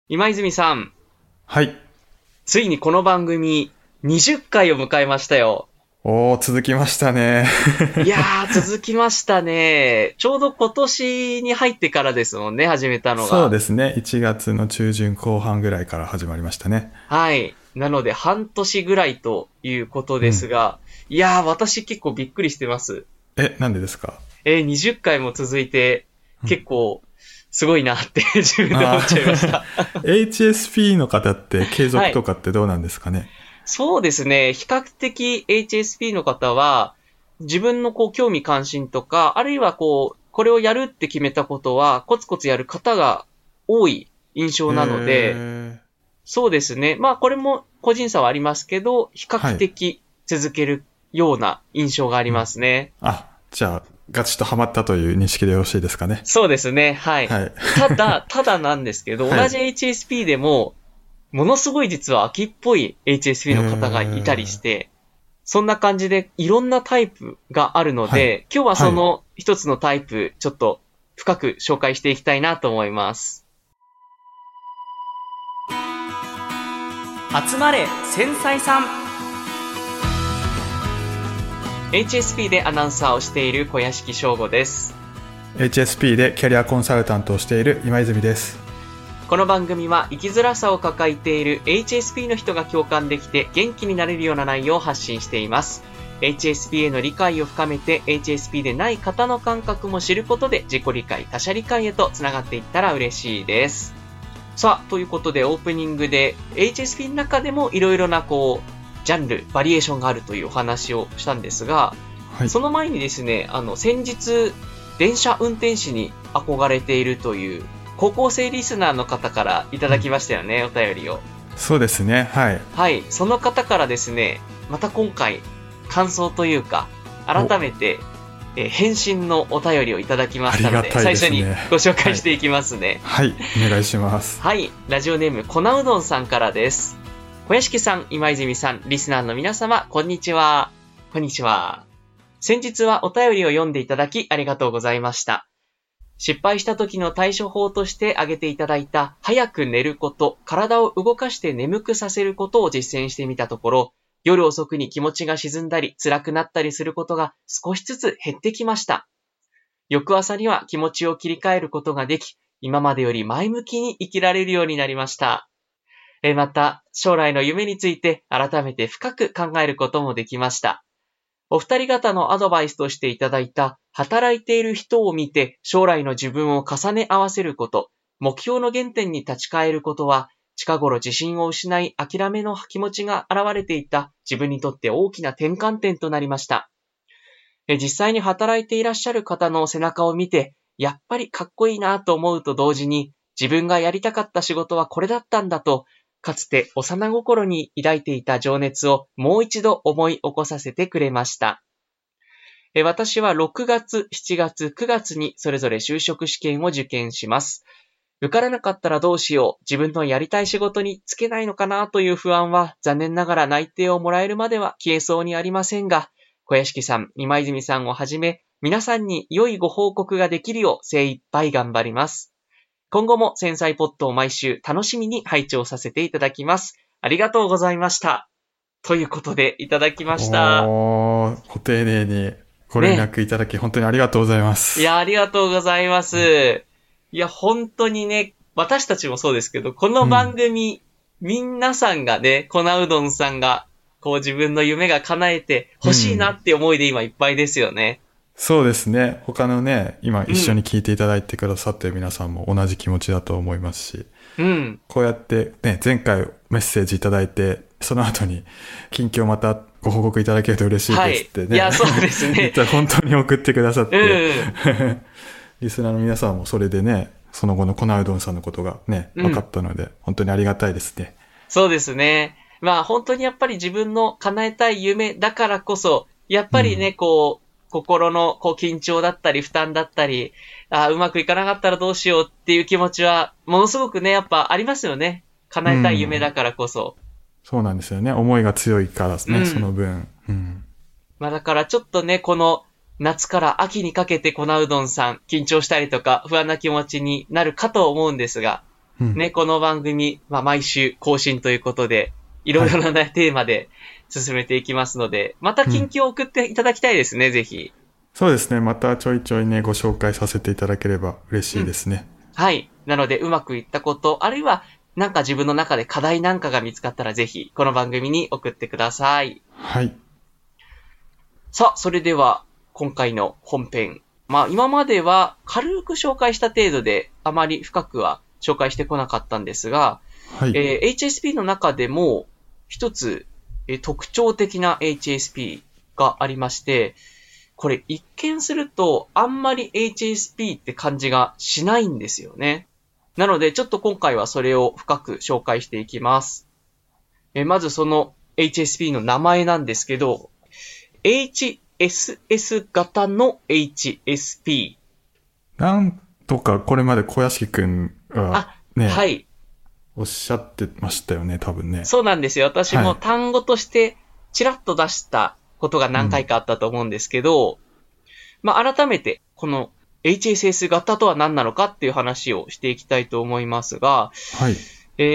今泉さん、 はい。 ついにこの番組20回を迎えましたよ。 続きましたね。 いやー、続きましたね。ちょうど今年に入ってからですもんね、始めたのそうが。 ですね。1月の中旬後半ぐらいから始まりましたね。 はい。なので半年ぐらいということうん。 ですが、いやー、私結構びっくりしてます。 なんでですか？ 20回も続いてうん。 結構すごいなって自分で思っあちゃいました。 HSP の方って継はい。 続とかってどうなんですかね？ そうですね。比較的 HSP の方は、自分の興味関心とか、あるいはこれをやるって決めたことは、コツコツやる方が多い印象へなので、 ー。 そうですね。まあこれも個人差はありますけど、比較はい。 的続けるような印象がありまうん。 すね。 じゃあ、ガチとハマったという認識でよろしいですかね？ そうですね。はい。 はい。 ただなんですけど、同じはい。 HSP でも、ものすごい実は秋っぽいへ HSP の方がいたりしー。 て、そんな感じでいろんなタイプがあるのはい。 で、今日ははい。 その一つのタイプ、ちょっと深く紹介していきたいなと思います。集まれ繊細さん。 HSP でアナウンサーをしている小屋敷翔吾です。 HSP でキャリアコンサルタントをしている今泉です。 この番組は生きづらさを抱えている HSP の人が共感できて元気になれるような内容を発信しています。HSP への理解を深めて HSP でない方の感覚も知ることで自己理解、他者理解へとつながっていったら嬉しいです。さあ、ということでオープニングで HSP の中でもいろいろなジャンル、バリエーションがあるというお話をしたんですが、 はい。 その前にですね、先日、電車運転士に憧れているという高校生リスナーの方からいただきうん。 ましたよね、お便りを。 そうですね。はい。 はい、その方からですね、また今回、感想というか、 お、 改めて、返信のお便りをいただきまあしたので、 りがたい最初にですね。 ご紹はい。 介していきますね。 はい。お願いします。 はい、ラジオネーム、粉うどんさんからです。小屋敷さん、今泉さん、リスナーの皆様、こんにちは。こんにちは。先日はお便りを読んでいただきありがとうございました。失敗した時の対処法として挙げていただいた早く寝ること、体を動かして眠くさせることを実践してみたところ、夜遅くに気持ちが沈んだり辛くなったりすることが少しずつ減ってきました。翌朝には気持ちを切り替えることができ、今までより前向きに生きられるようになりました。また、将来の夢について改めて深く考えることもできました。お二人方のアドバイスとしていただいた、働いている人を見て将来の自分を重ね合わせること、目標の原点に立ち返ることは、近頃自信を失い諦めの気持ちが現れていた自分にとって大きな転換点となりました。実際に働いていらっしゃる方の背中を見て、やっぱりかっこいいなと思うと同時に、自分がやりたかった仕事はこれだったんだと、かつて幼心に抱いていた情熱をもう一度思い起こさせてくれました。私は6月、7月、9月にそれぞれ就職試験を受験します。受からなかったらどうしよう、自分のやりたい仕事に就けないのかなという不安は残念ながら内定をもらえるまでは消えそうにありませんが、小屋敷さん、今泉さんをはじめ、皆さんに良いご報告ができるよう精一杯頑張ります。今後も繊細ポットを毎週楽しみに拝聴させていただきます。ありがとうございました。ということでいただきました。 ご丁寧にご連ね。 絡いただき本当にありがとうございます。 いや、ありがとうございます。いや、本当にね、私たちもそうですけど、この番うん。 組、皆さんがね、粉うどんさんが、自分の夢が叶えて欲しいなうん。 って思いで今いっぱいですよね。 そうですね。他のね、今一緒にうん、 聞いていただいてくださってる皆さんも同じ気持ちだと思いますし、 うん。 こうやってね、前回メッセージいただいて、その後に近況またご報告いただけると嬉しいはい。 ですってね、 いや、そうですね。 実は本当に送ってくださっうて、 ん、 リスナーの皆さんもそれでね、その後の粉うどんさんのことがね、分かうん。 ったので、本当にありがたいですね。 そうですね。まあ本当にやっぱり自分の叶えたい夢だからこそ、やっぱりね、 うん。 心の緊張だったり負担だったり、うまくいかなかったらどうしようっていう気持ちは、ものすごくね、やっぱありますよね。 う叶えたい夢だん。 からこそ。 そうなんですよね。思いが強いからね、そうん。 の分。うん。 まあだからちょっとね、この夏から秋にかけて粉うどんさん緊張したりとか不安な気持ちになるかと思うんですが、 ね、この番組、毎週更新ということで、いろいろなテーマで進めていきますので、また近況を送っていただきたいですね、ぜひ。 そうですね。またちょいちょいね、ご紹介させていただければ嬉しいですね。 はい。なので、うまくいったこと、あるいは、なんか自分の中で課題なんかが見つかったら、ぜひ、この番組に送ってください。 はい。 さあ、それでは、今回の本編。今までは軽く紹介した程度で、あまり深くは紹介してこなかったんですが、 はい。 HSP の中でも、一つ、特徴的な HSP がありまして、これ一見するとあんまり HSP って感じがしないんですよね。なのでちょっと今回はそれを深く紹介していきます。まずその HSP の名前なんですけど、HSS 型の HSP。 なんとかこれまで小屋敷くんがね、 はい。 おっしゃってましたよね、多分ね。 そうなんですよ。私も単語としてちらっと出したことが何回かあったと思うんですけど、改めてこの HSS 型とは何なのかっていう話をしていきたいと思いますが、 はい。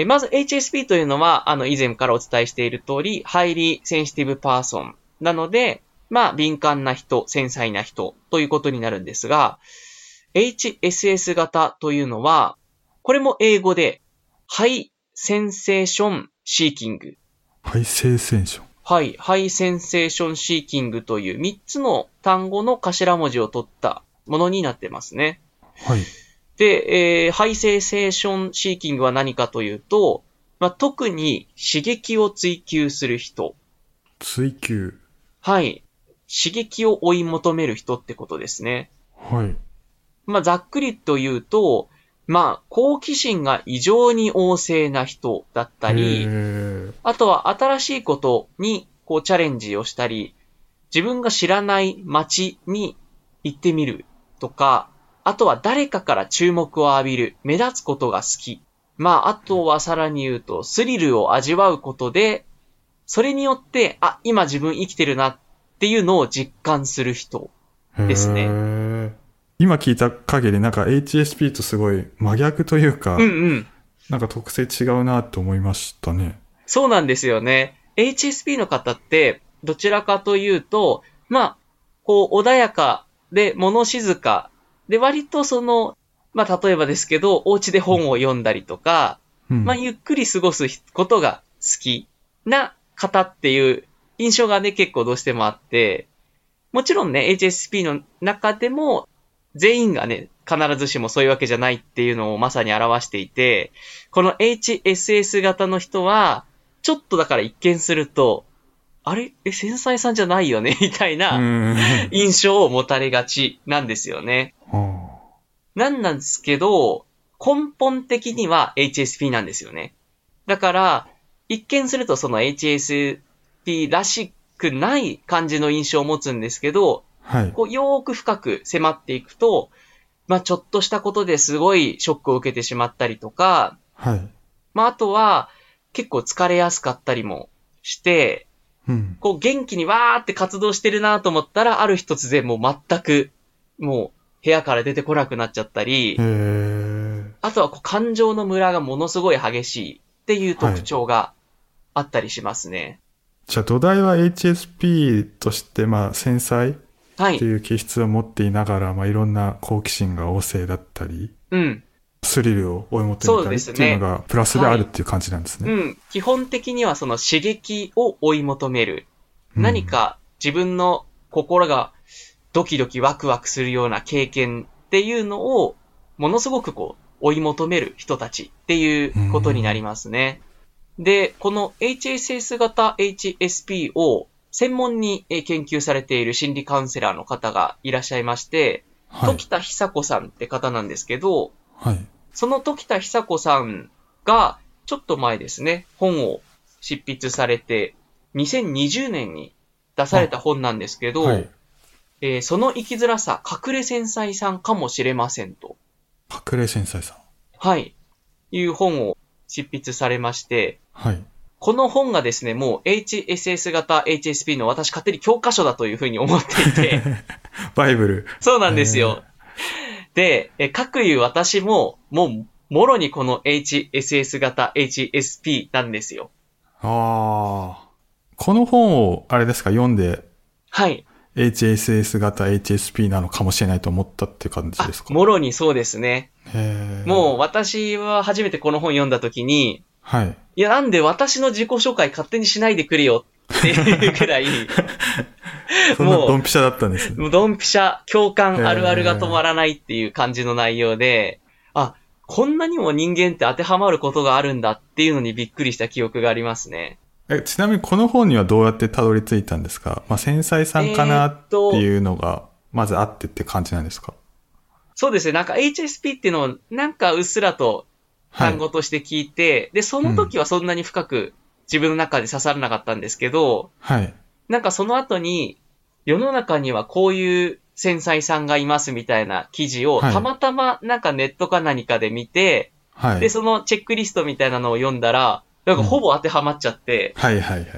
まず HSP というのは、以前からお伝えしている通り、Highly Sensitive Person なので、敏感な人、繊細な人ということになるんですが、HSS 型というのは、これも英語で、High Sensation Seeking。 ハイセンセーション。 はい。High Sensation Seeking という3つの単語の頭文字を取ったものになってますね。 はい。 で、High Sensation Seeking は何かというと、特に刺激を追求する人。 追求。 はい。刺激を追い求める人ってことですね。 はい。 ざっくりと言うと、好奇心が異常に旺盛な人だったり、あとは新しいことにチャレンジをしたり、自分が知らない街に行ってみるとか、あとは誰かから注目を浴びる、目立つことが好き。あとはさらに言うと、スリルを味わうことで、それによって、今自分生きてるなっていうのを実感する人ですね。 今聞いた限りなんか HSP とすごい真逆というか、なんか特性違うなと思いましたね。 そうなんですよね。HSP の方って、どちらかというと、穏やかで物静かで割と例えばですけど、お家で本を読んだりとか、ゆっくり過ごすことが好きな方っていう印象がね、結構どうしてもあって、もちろんね、HSP の中でも、全員がね、必ずしもそういうわけじゃないっていうのをまさに表していて、この HSS 型の人は、ちょっとだから一見すると、あれ繊細さんじゃないよねみたいな印象を持たれがちなんですよね。なんですけど、根本的には HSP なんですよね。だから、一見するとその HSP らしくない感じの印象を持つんですけど、よーく深く迫っていくと、ちょっとしたことですごいショックを受けてしまったりとか、あとは結構疲れやすかったりもして、元気にわーって活動してるなと思ったら、ある日突然もう全く、もう部屋から出てこなくなっちゃったり、あとは感情のムラがものすごい激しいっていう特徴があったりしますね。 じゃあ土台は HSP として繊細っていう気質を持っていながら、いろんな好奇心が旺盛だったり、スリルを追い求めたりっていうのがプラスであるっていう感じなんですね。 基本的にはその刺激を追い求める。何か自分の心がドキドキワクワクするような経験っていうのをものすごく追い求める人たちっていうことになりますね。で、この HSS 型 HSP を専門に研究されている心理カウンセラーの方がいらっしゃいまして、時田久子さんって方なんですけど、その時田久子さんがちょっと前ですね、本を執筆されて、2020年に出された本なんですけど、その生きづらさ、隠れ繊細さんかもしれませんと。 隠れ繊細さん。 いう本を執筆されまして、この本がですね、もう HSS 型 HSP の私勝手に教科書だというふうに思っていて。 バイブル。 そうなんですよ。で、各いう私も、もうもろにこの HSS 型 HSP なんですよ。 ああ。この本を、あれですか、読んで、 はい。 HSS 型 HSP なのかもしれないと思ったっていう感じですか？ もろにそうですね。 へー。 もう私は初めてこの本読んだ時に、 はい。 いや、なんで私の自己紹介勝手にしないでくれよっていうくらい、 そんなドンピシャだったんですね。 もうドンピシャ、共感あるあるが止まらないっていう感じの内容で、こんなにも人間って当てはまることがあるんだっていうのにびっくりした記憶がありますね。 ちなみにこの本にはどうやってたどり着いたんですか？まあ、繊細さんかなっていうのが、まずあってって感じなんですか？ そうですね。なんか HSP っていうのをなんかうっすらと単語として聞いて、はい、で、その時はそんなに深く自分の中で刺さらなかったんですけど、 はい。 なんかその後に世の中にはこういう繊細さんがいますみたいな記事をたまたまなんかネットか何かで見て、はい、で、そのチェックリストみたいなのを読んだら、なんかほぼ当てはまっちゃって、 はいはいはい。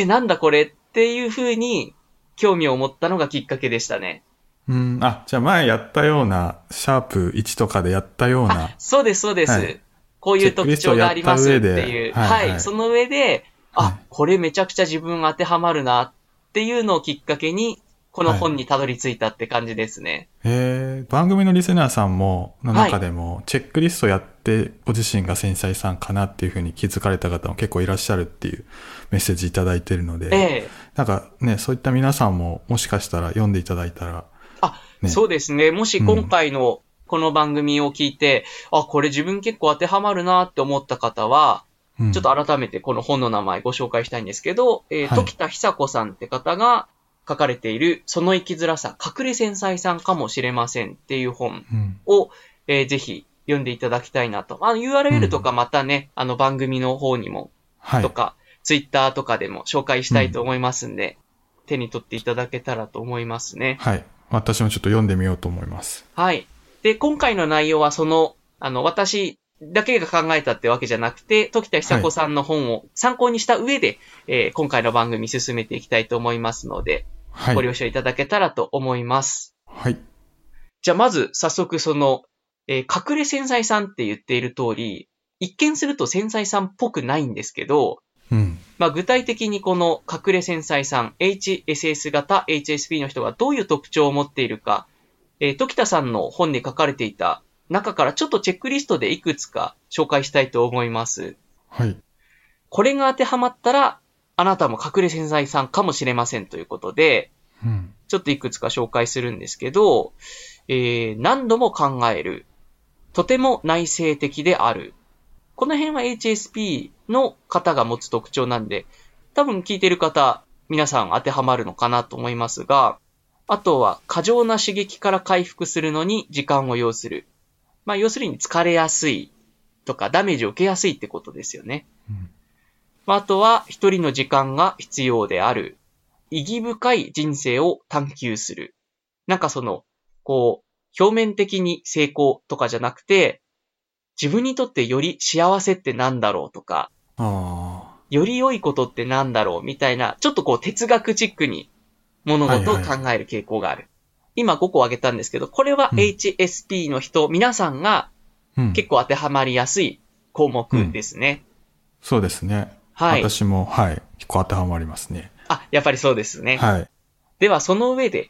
なんだこれっていう風に興味を持ったのがきっかけでしたね。 じゃあ前やったような、シャープ1とかでやったような。 そうですそうです。はい、こういう特徴がありますっていう。はい、はい。その上で、これめちゃくちゃ自分当てはまるなっていうのをきっかけに、この本にたどり着いたって感じですね。 番組のリスナーさんの中でも、チェックリストやって、ご自身が繊細さんかなっていうふうに気づかれた方も結構いらっしゃるっていうメッセージいただいてるので、なんかね、そういった皆さんももしかしたら読んでいただいたら、 ね、そうですね。もし今回のこの番組を聞いて、これ自分結構当てはまるなって思った方は、ちょっと改めてこの本の名前ご紹介したいんですけど、時田久子さんって方が書かれている、その生きづらさ、隠れ繊細さんかもしれませんっていう本を、ぜひ読んでいただきたいなと。URL とかまたね、番組の方にも、とか、ツイッターとかでも紹介したいと思いますんで、手に取っていただけたらと思いますね。 はい。私もちょっと読んでみようと思います。 はい。で、今回の内容は私だけが考えたってわけじゃなくて、時田久子さんの本を参考にした上で、今回の番組進めていきたいと思いますので、ご了承いただけたらと思います。 はい。 じゃあまず早速隠れ繊細さんって言っている通り、一見すると繊細さんっぽくないんですけど、具体的にこの隠れ繊細さん、HSS 型 HSP の人がどういう特徴を持っているか、時田さんの本に書かれていた中からちょっとチェックリストでいくつか紹介したいと思います。 はい。 これが当てはまったら、あなたも隠れ繊細さんかもしれませんということで、ちょっといくつか紹介するんですけど、何度も考える。とても内省的である。この辺は HSP の方が持つ特徴なんで、多分聞いてる方、皆さん当てはまるのかなと思いますが、あとは過剰な刺激から回復するのに時間を要する。要するに疲れやすいとかダメージを受けやすいってことですよね。あとは一人の時間が必要である。意義深い人生を探求する。なんか表面的に成功とかじゃなくて、自分にとってより幸せってなんだろうとか、より良いことってなんだろうみたいな、ちょっと哲学チックに物事を考える傾向がある。今5個挙げたんですけど、これは HSP の人、皆さんが結構当てはまりやすい項目ですね。 そうですね。はい。私も、結構当てはまりますね。 やっぱりそうですね。 はい。 では、その上で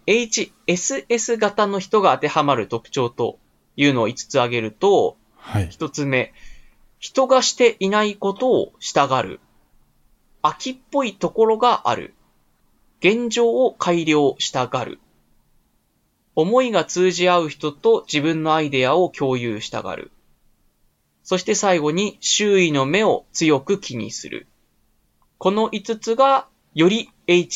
HSS 型の人が当てはまる特徴というのを5つ挙げると、1つ目、人がしていないことをしたがる。秋っぽいところがある。現状を改良したがる。思いが通じ合う人と自分のアイデアを共有したがる。そして最後に周囲の目を強く気にする。この5つがより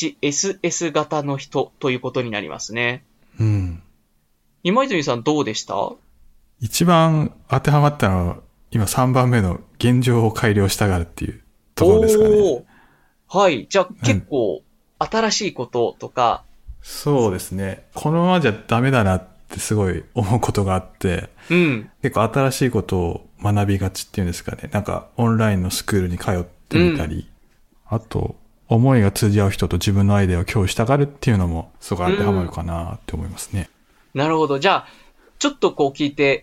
HSS 型の人ということになりますね。今泉さんどうでした？ 一番当てはまったのは今3番目の現状を改良したがるっていうところですかね。 はい。じゃあ結構新しいこととか、 そうですね。このままじゃダメだなってすごい思うことがあって、結構新しいことを学びがちっていうんですかね。なんかオンラインのスクールに通ってみたり、あと思いが通じ合う人と自分のアイデアを共有したがるっていうのもすごい当てはまるかなって思いますね。 なるほど。じゃあちょっと聞いて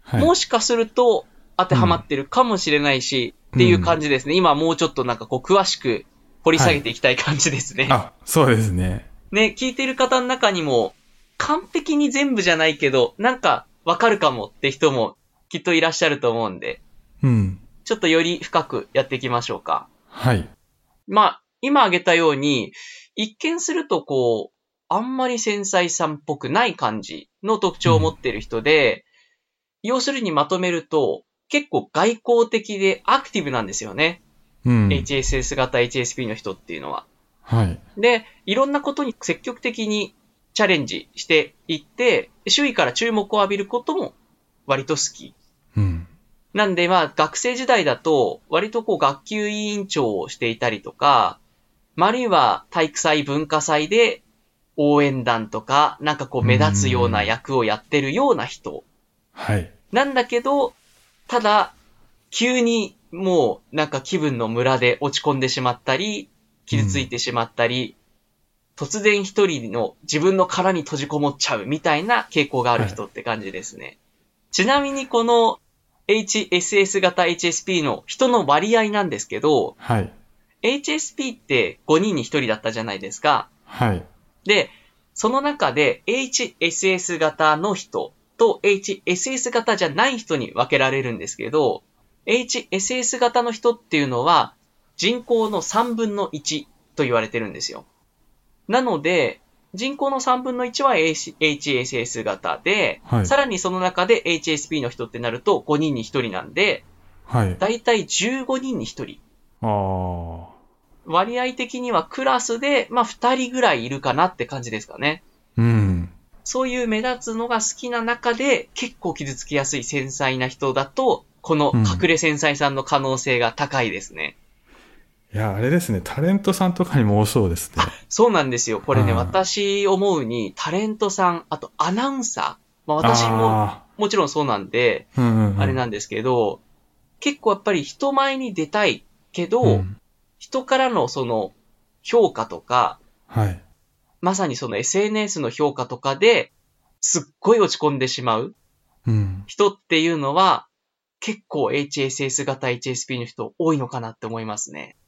もしかすると当てはまってるかもしれないし、っていう感じですね。今もうちょっとなんかこう詳しく掘り下げていきたい感じですね。 そうですね。 ね、聞いてる方の中にも、完璧に全部じゃないけど、なんかわかるかもって人もきっといらっしゃると思うんで、ちょっとより深くやっていきましょうか。 はい。 今挙げたように、一見するとこう、あんまり繊細さんっぽくない感じの特徴を持っている人で、要するにまとめると、結構外交的でアクティブなんですよね。HSS 型 HSP の人っていうのは。 はい。 で、いろんなことに積極的にチャレンジしていって、周囲から注目を浴びることも割と好き。なんで学生時代だと割とこう学級委員長をしていたりとか、あるいは体育祭文化祭で応援団とかなんかこう目立つような役をやってるような人。 はい。 なんだけど、ただ急にもうなんか気分のムラで落ち込んでしまったり、傷ついてしまったり、突然一人の自分の殻に閉じこもっちゃうみたいな傾向がある人って感じですね。ちなみにこのHSS 型 HSP の人の割合なんですけど、HSP って5人に1人だったじゃないですか。で、その中で HSS 型の人と HSS 型じゃない人に分けられるんですけど、HSS 型の人っていうのは人口の3分の1と言われてるんですよ。なので、人口の3分の1は HSS 型で、さらにその中で HSP の人ってなると5人に1人なんで、だいたい15人に1人。割合的にはクラスで、2人ぐらいいるかなって感じですかね。そういう目立つのが好きな中で、結構傷つきやすい繊細な人だと、この隠れ繊細さんの可能性が高いですね。 いや、あれですね。タレントさんとかにも多そうですね。 そうなんですよ。これね、私思うに、タレントさん、あとアナウンサー。私ももちろんそうなんで、あれなんですけど、結構やっぱり人前に出たいけど、人からのその評価とか、まさにその SNS の評価とかですっごい落ち込んでしまう人っていうのは、結構 HSS 型 HSP の人多いのかなって思いますね。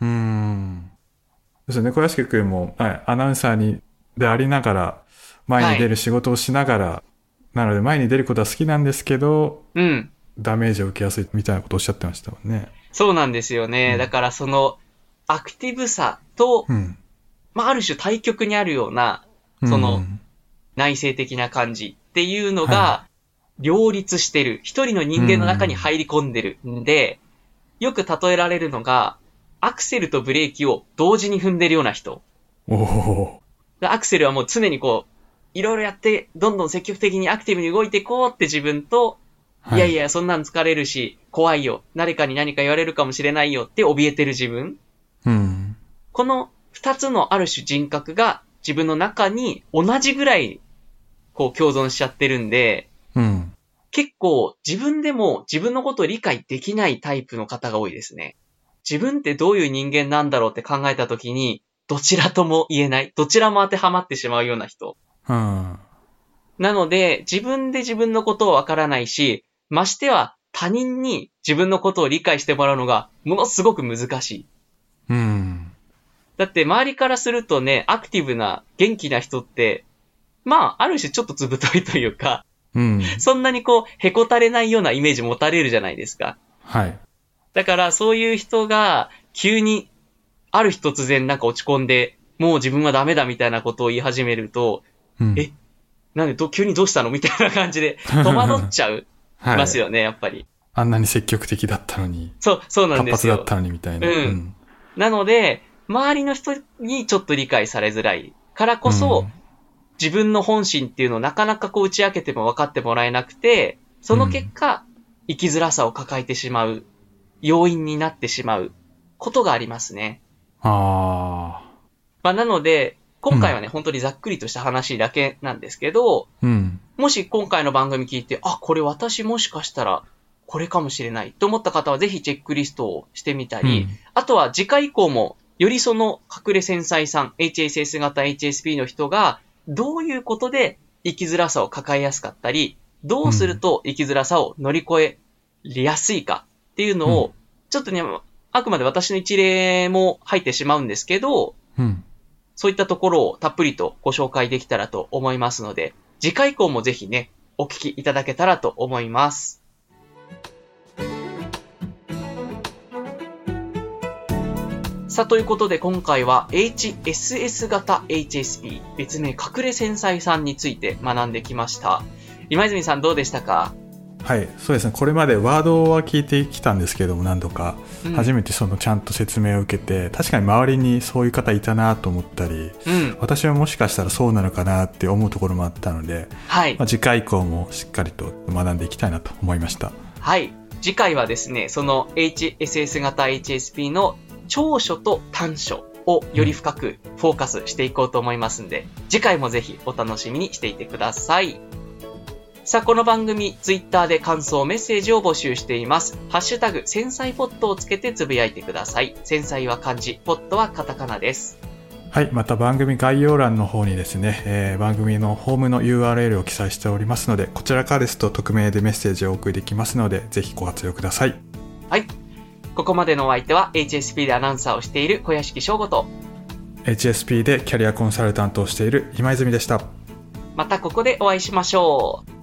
ですよね。小屋敷くんも、アナウンサーでありながら、前に出る仕事をしながら、なので前に出ることは好きなんですけど、ダメージを受けやすいみたいなことをおっしゃってましたもんね。 そうなんですよね。だからその、アクティブさと、ある種対極にあるような、その、内省的な感じっていうのが、両立してる。一人の人間の中に入り込んでるんで、よく例えられるのが、アクセルとブレーキを同時に踏んでるような人。アクセルはもう常にこう、いろいろやって、どんどん積極的にアクティブに動いていこうって自分と、いやいや、そんなん疲れるし、怖いよ。誰かに何か言われるかもしれないよって怯えてる自分。この二つのある種人格が自分の中に同じぐらい、こう共存しちゃってるんで、結構自分でも自分のことを理解できないタイプの方が多いですね。自分ってどういう人間なんだろうって考えたときに、どちらとも言えない。どちらも当てはまってしまうような人。なので、自分で自分のことをわからないし、ましては他人に自分のことを理解してもらうのがものすごく難しい。だって周りからするとね、アクティブな元気な人って、ある種ちょっとずぶといというか、そんなにこう、へこたれないようなイメージ持たれるじゃないですか。だからそういう人が急にある日突然なんか落ち込んで、もう自分はダメだみたいなことを言い始めると、なんで急にどうしたのみたいな感じで戸惑っちゃうますよね、やっぱり。 あんなに積極的だったのに。 そうなんですよ。 活発だったのにみたいな。 なので、周りの人にちょっと理解されづらいからこそ、自分の本心っていうのをなかなかこう打ち明けても分かってもらえなくて、その結果、生きづらさを抱えてしまう要因になってしまうことがありますね。なので、今回はね、本当にざっくりとした話だけなんですけど、もし今回の番組聞いて、これ私もしかしたらこれかもしれないと思った方はぜひチェックリストをしてみたり、あとは次回以降もよりその隠れ繊細さん、HSS 型 HSP の人がどういうことで生きづらさを抱えやすかったり、 どうすると生きづらさを乗り越えやすいかっていうのを、ちょっとね、あくまで私の一例も入ってしまうんですけど、そういったところをたっぷりとご紹介できたらと思いますので、次回以降もぜひね、お聞きいただけたらと思います。さあ、ということで今回は HSS 型 HSP、別名隠れ繊細さんについて学んできました。今泉さんどうでしたか？ はい、そうですね。これまでワードは聞いてきたんですけども、何度か、初めてそのちゃんと説明を受けて、確かに周りにそういう方いたなと思ったり、私はもしかしたらそうなのかなって思うところもあったので、次回以降もしっかりと学んでいきたいなと思いました。 はい。次回はですね、その HSS 型 HSP の長所と短所をより深くフォーカスしていこうと思いますんで、次回もぜひお楽しみにしていてください。さあ、この番組、ツイッターで感想、メッセージを募集しています。ハッシュタグ、繊細ポットをつけてつぶやいてください。繊細は漢字、ポットはカタカナです。 はい。また番組概要欄の方にですね、番組のホームの URL を記載しておりますので、こちらからですと匿名でメッセージをお送りできますので、ぜひご活用ください。 はい。ここまでのお相手は HSP でアナウンサーをしている小屋敷翔吾と HSP でキャリアコンサルタントをしている今泉でした。 またここでお会いしましょう。